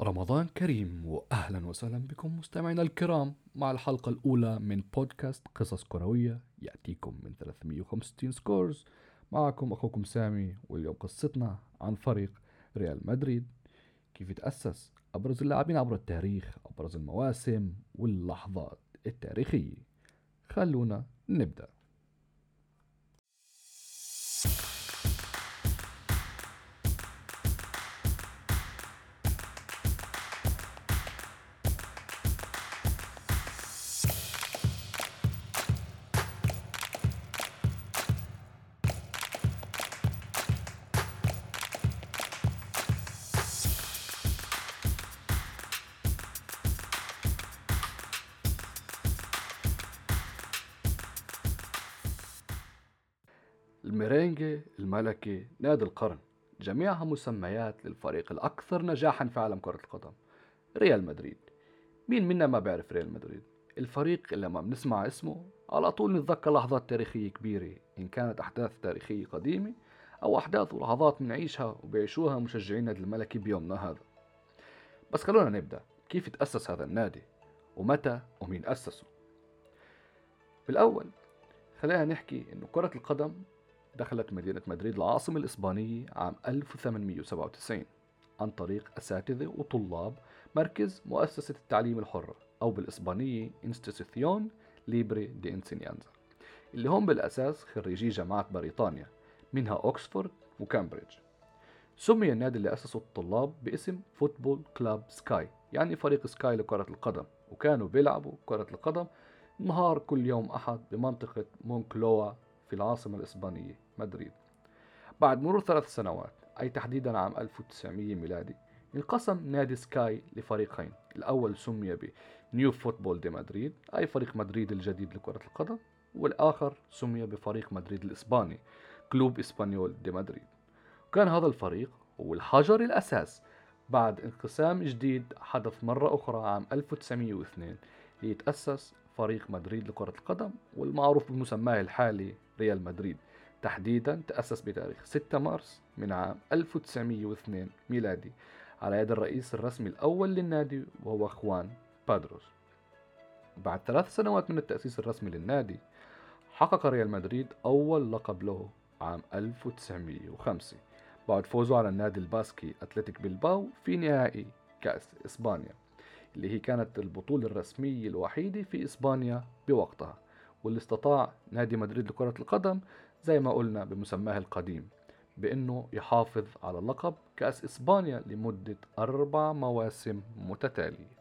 رمضان كريم وأهلا وسهلا بكم مستمعينا الكرام مع الحلقة الأولى من بودكاست قصص كروية يأتيكم من 365 سكورز. معكم أخوكم سامي، واليوم قصتنا عن فريق ريال مدريد، كيف تأسس، أبرز اللاعبين عبر التاريخ، أبرز المواسم واللحظات التاريخية. خلونا نبدأ. الميرينجي، الملكي، نادي القرن، جميعها مسميات للفريق الأكثر نجاحا في عالم كرة القدم، ريال مدريد. مين منا ما بيعرف ريال مدريد؟ الفريق اللي لما بنسمع اسمه على طول نتذكر لحظات تاريخية كبيرة، إن كانت أحداث تاريخية قديمة أو أحداث ولحظات بنعيشها وبيعيشوها مشجعين نادي الملكي بيومنا هذا. بس خلونا نبدأ، كيف تأسس هذا النادي؟ ومتى ومين أسسه؟ بالأول خلينا نحكي إنه كرة القدم دخلت مدينة مدريد العاصمة الإسبانية عام 1897 عن طريق أساتذة وطلاب مركز مؤسسة التعليم الحرة، أو بالإسبانية Institución Libre de Enseñanza، اللي هم بالأساس خريجي جامعات بريطانيا منها أوكسفورد وكامبريدج. سمي النادي اللي أسسه الطلاب باسم فوتبول كلاب سكاي، يعني فريق سكاي لكرة القدم، وكانوا بيلعبوا كرة القدم نهار كل يوم أحد بمنطقة مونكلوا في العاصمة الإسبانية مدريد. بعد مرور 3 سنوات، أي تحديدا عام 1900 ميلادي، انقسم نادي سكاي لفريقين. الأول سمي بنيو فوتبول دي مدريد، أي فريق مدريد الجديد لكرة القدم، والآخر سمي بفريق مدريد الإسباني، كلوب إسبانيول دي مدريد. وكان هذا الفريق هو الحجر الأساس بعد انقسام جديد حدث مرة أخرى عام 1902 ليتأسس فريق مدريد لكرة القدم، والمعروف بمسماه الحالي ريال مدريد. تحديدا تأسس بتاريخ 6 مارس من عام 1902 ميلادي على يد الرئيس الرسمي الأول للنادي وهو خوان بادروس. بعد 3 سنوات من التأسيس الرسمي للنادي، حقق ريال مدريد أول لقب له عام 1905 بعد فوزه على النادي الباسكي أتلتيك بلباو في نهائي كأس إسبانيا، اللي هي كانت البطولة الرسمية الوحيدة في إسبانيا بوقتها، واللي استطاع نادي مدريد لكرة القدم زي ما قلنا بمسماه القديم بأنه يحافظ على لقب كأس إسبانيا لمدة 4 مواسم متتالية.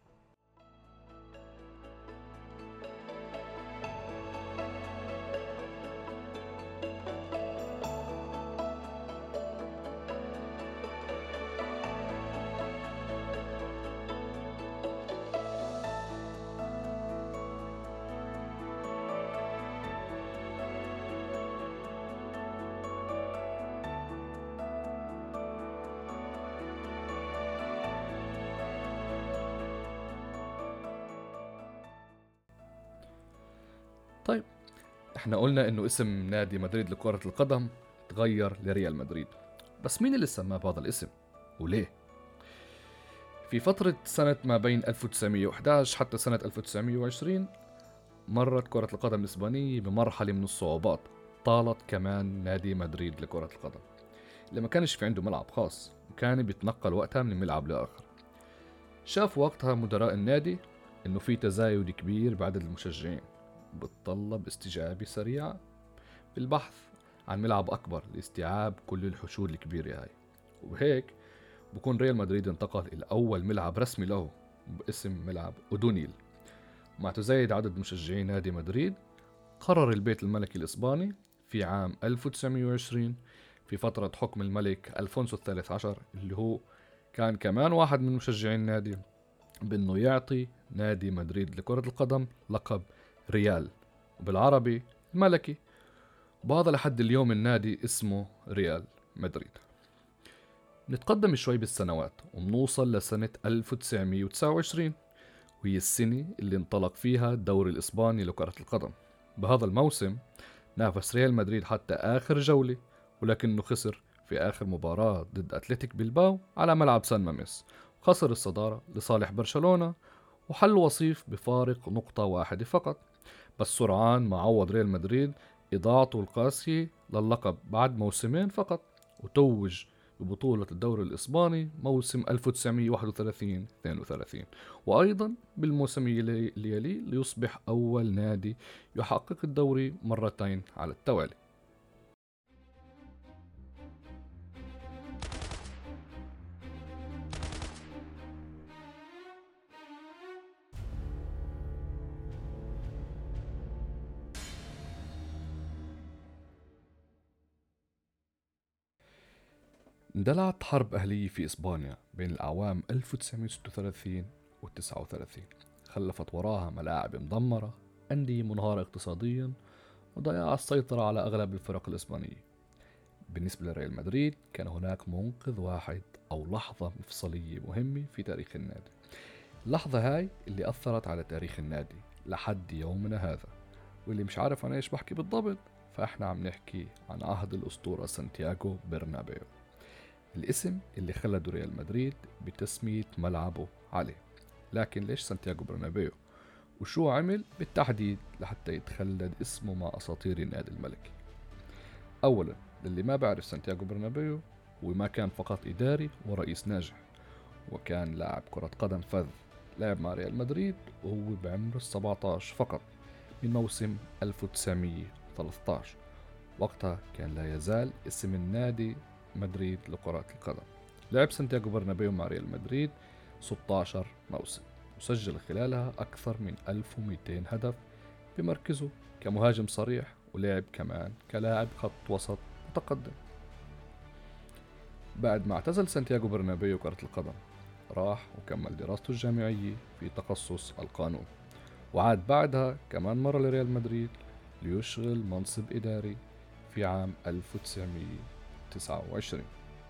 طيب، احنا قلنا انه اسم نادي مدريد لكرة القدم تغير لريال مدريد، بس مين اللي سماه بهذا الاسم وليه؟ في فترة سنة ما بين 1911 حتى سنة 1920 مرت كرة القدم الإسبانية بمرحلة من الصعوبات. طالت كمان نادي مدريد لكرة القدم اللي ما كانش في عنده ملعب خاص، وكان بيتنقل وقتها من ملعب لآخر. شاف وقتها مدراء النادي انه في تزايد كبير بعدد المشجعين، بتطلب استجابة سريعة بالبحث عن ملعب أكبر لاستيعاب كل الحشود الكبيرة هاي. وهيك بكون ريال مدريد انتقل إلى أول ملعب رسمي له باسم ملعب أودونيل. مع تزايد عدد مشجعي نادي مدريد، قرر البيت الملكي الإسباني في عام 1920 في فترة حكم الملك ألفونسو الثالث عشر، اللي هو كان كمان واحد من مشجعين النادي، بأنه يعطي نادي مدريد لكرة القدم لقب ريال، وبالعربي الملكي. وبهذا لحد اليوم النادي اسمه ريال مدريد. نتقدم شوي بالسنوات ونوصل لسنة 1929، وهي السنة اللي انطلق فيها الدوري الإسباني لكرة القدم. بهذا الموسم نافس ريال مدريد حتى آخر جولة، ولكنه خسر في آخر مباراة ضد أتلتيك بلباو على ملعب سان ماميس، خسر الصدارة لصالح برشلونة وحل وصيف بفارق نقطة واحدة فقط، بس سرعان ما عوض ريال مدريد إضاعته القاسية للقب بعد موسمين فقط، وتوج ببطولة الدوري الإسباني موسم 1931-32، وأيضا بالموسم اللي يليه ليصبح أول نادي يحقق الدوري مرتين على التوالي. اندلعت حرب أهلية في إسبانيا بين الأعوام 1936 و 39، خلفت وراها ملاعب مدمرة، أندية منهارة اقتصاديا، وضياع السيطرة على أغلب الفرق الإسبانية. بالنسبة لريال مدريد كان هناك منقذ واحد أو لحظة مفصلية مهمة في تاريخ النادي. اللحظة هاي اللي أثرت على تاريخ النادي لحد يومنا هذا، واللي مش عارف أنا إيش بحكي بالضبط، فإحنا عم نحكي عن عهد الأسطورة سانتياغو برنابيو، الاسم اللي خلد ريال مدريد بتسمية ملعبه عليه. لكن ليش سانتياغو برنابيو؟ وشو عمل بالتحديد لحتى يتخلد اسمه مع أساطير النادي الملكي؟ أولا، للي ما بعرف، سانتياغو برنابيو هو ما كان فقط إداري ورئيس ناجح، وكان لاعب كرة قدم فذ، لعب مع ريال مدريد وهو بعمر 17 فقط من موسم 1913. وقتها كان لا يزال اسم النادي مدريد لكرة القدم. لعب سانتياغو برنابيو مع ريال مدريد 16 موسم، وسجل خلالها أكثر من 1200 هدف بمركزه كمهاجم صريح، ولعب كمان كلاعب خط وسط متقدم. بعد ما اعتزل سانتياغو برنابيو كرة القدم، راح وكمل دراسته الجامعية في تخصص القانون، وعاد بعدها كمان مرة لريال مدريد ليشغل منصب إداري في عام 1929.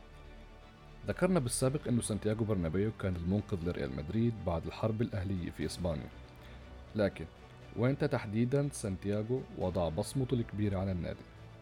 ذكرنا بالسابق أنه سانتياغو برنابيو كان المنقذ لريال مدريد بعد الحرب الأهلية في إسبانيا، لكن وينت تحديدا سانتياغو وضع بصمته الكبيرة على النادي؟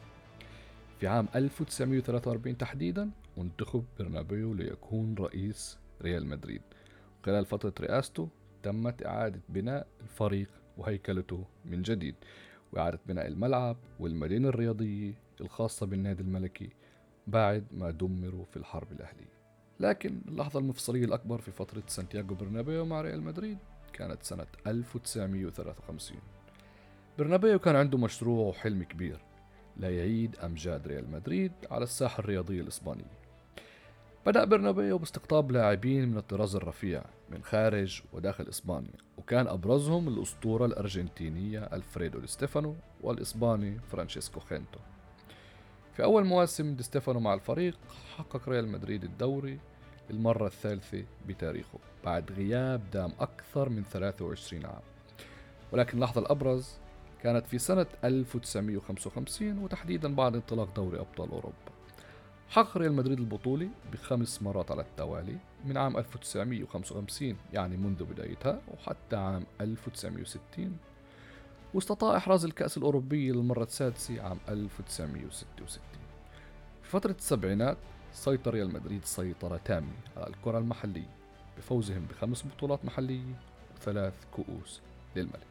في عام 1943 تحديدا انتخب برنابيو ليكون رئيس ريال مدريد. خلال فترة رئاسته تمت إعادة بناء الفريق وهيكلته من جديد، وإعادة بناء الملعب والمدينة الرياضية الخاصة بالنادي الملكي بعد ما دمروا في الحرب الأهلية. لكن اللحظة المفصلية الأكبر في فترة سانتياغو برنابيو مع ريال مدريد كانت سنة 1953. برنابيو كان عنده مشروع وحلم كبير لا يعيد أمجاد ريال مدريد على الساحة الرياضية الإسبانية. بدأ برنابيو باستقطاب لاعبين من الطراز الرفيع من خارج وداخل إسبانيا، وكان أبرزهم الأسطورة الأرجنتينية ألفريدو دي ستيفانو والإسباني فرانشيسكو خينتو. في أول مواسم دي ستيفانو مع الفريق حقق ريال مدريد الدوري للمرة الثالثة بتاريخه بعد غياب دام أكثر من 23 عام. ولكن اللحظة الأبرز كانت في سنة 1955، وتحديدا بعد انطلاق دوري أبطال أوروبا. حقق ريال مدريد البطولة ب5 مرات على التوالي من عام 1955، يعني منذ بدايتها، وحتى عام 1960، واستطاع إحراز الكأس الأوروبية للمرة السادسة عام 1966. في فترة السبعينات سيطر ريال مدريد سيطرة تامة على الكرة المحلية بفوزهم ب5 بطولات محلية و3 كؤوس للملك.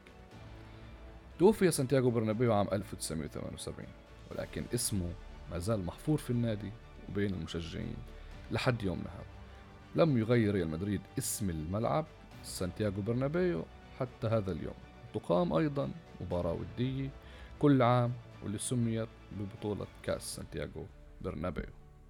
توفي سانتياغو برنابيو عام 1978، ولكن اسمه ما زال محفور في النادي وبين المشجعين لحد يومنا هذا. لم يغير ريال مدريد اسم الملعب سانتياغو برنابيو حتى هذا اليوم. تقام أيضا مباراة ودية كل عام واللي سميت ببطولة كأس سانتياغو برنابيو.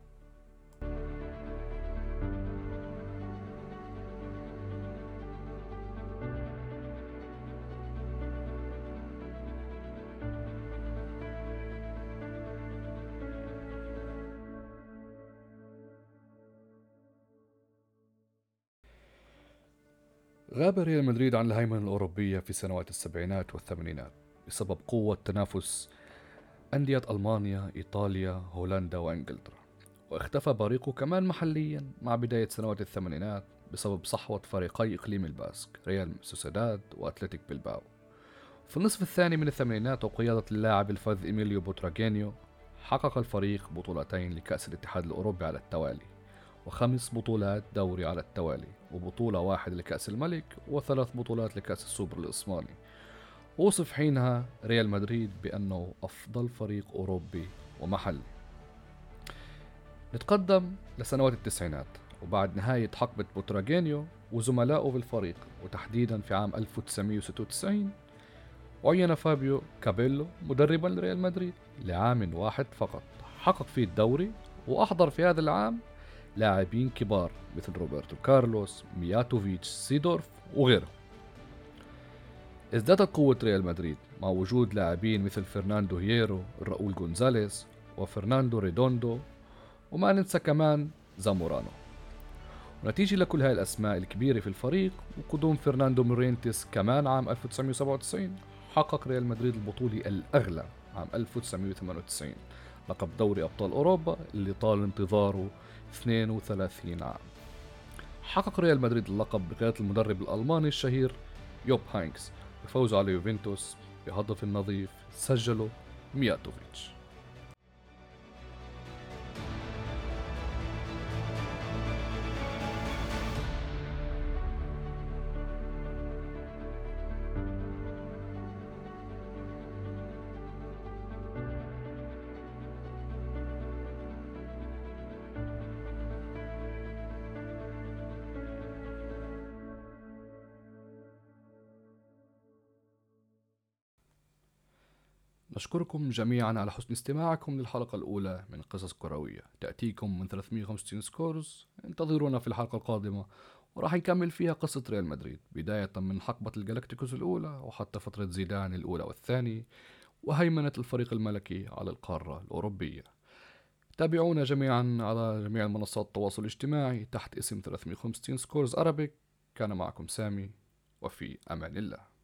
غاب ريال مدريد عن الهيمنة الأوروبية في سنوات السبعينات والثمانينات بسبب قوة تنافس أندية ألمانيا، إيطاليا، هولندا وإنجلترا، واختفى بريقه كمان محليا مع بداية سنوات الثمانينات بسبب صحوة فريقي إقليم الباسك ريال سوسيداد وأتلتيك بلباو. في النصف الثاني من الثمانينات وقيادة اللاعب الفذ إيميليو بوتراغينيو حقق الفريق بطولتين لكأس الاتحاد الأوروبي على التوالي، و5 بطولات دوري على التوالي، وبطولة واحدة لكأس الملك، و3 بطولات لكأس السوبر الإسباني. وصف حينها ريال مدريد بأنه أفضل فريق أوروبي ومحلي. نتقدم لسنوات التسعينات، وبعد نهاية حقبة بوتراغينيو وزملائه بالفريق، وتحديدا في عام 1996 عين فابيو كابيلو مدربا لريال مدريد لعام واحد فقط، حقق فيه الدوري، وأحضر في هذا العام لاعبين كبار مثل روبرتو كارلوس، مياتوفيتش، سيدورف وغيره. ازدادت قوة ريال مدريد مع وجود لاعبين مثل فرناندو هيرو، راؤول غونزاليز، وفرناندو ريدوندو، وما ننسى كمان زامورانو. ونتيجة لكل هاي الأسماء الكبيرة في الفريق وقدوم فرناندو مورينتيس كمان عام 1997، حقق ريال مدريد البطولة الأغلى عام 1998، لقب دوري أبطال أوروبا اللي طال انتظاره 32 عام. حقق ريال مدريد اللقب بقيادة المدرب الألماني الشهير يوب هاينكس بفوزه على يوفنتوس بهدف نظيف سجله مياتوفيتش. نشكركم جميعا على حسن استماعكم للحلقة الأولى من قصص كروية تأتيكم من 365 سكورز. انتظرونا في الحلقة القادمة، وراح نكمل فيها قصة ريال مدريد بداية من حقبة الجلاكتيكوس الأولى وحتى فترة زيدان الأولى والثاني، وهيمنة الفريق الملكي على القارة الأوروبية. تابعونا جميعا على جميع منصات التواصل الاجتماعي تحت اسم 365 سكورز أرابيك. كان معكم سامي، وفي أمان الله.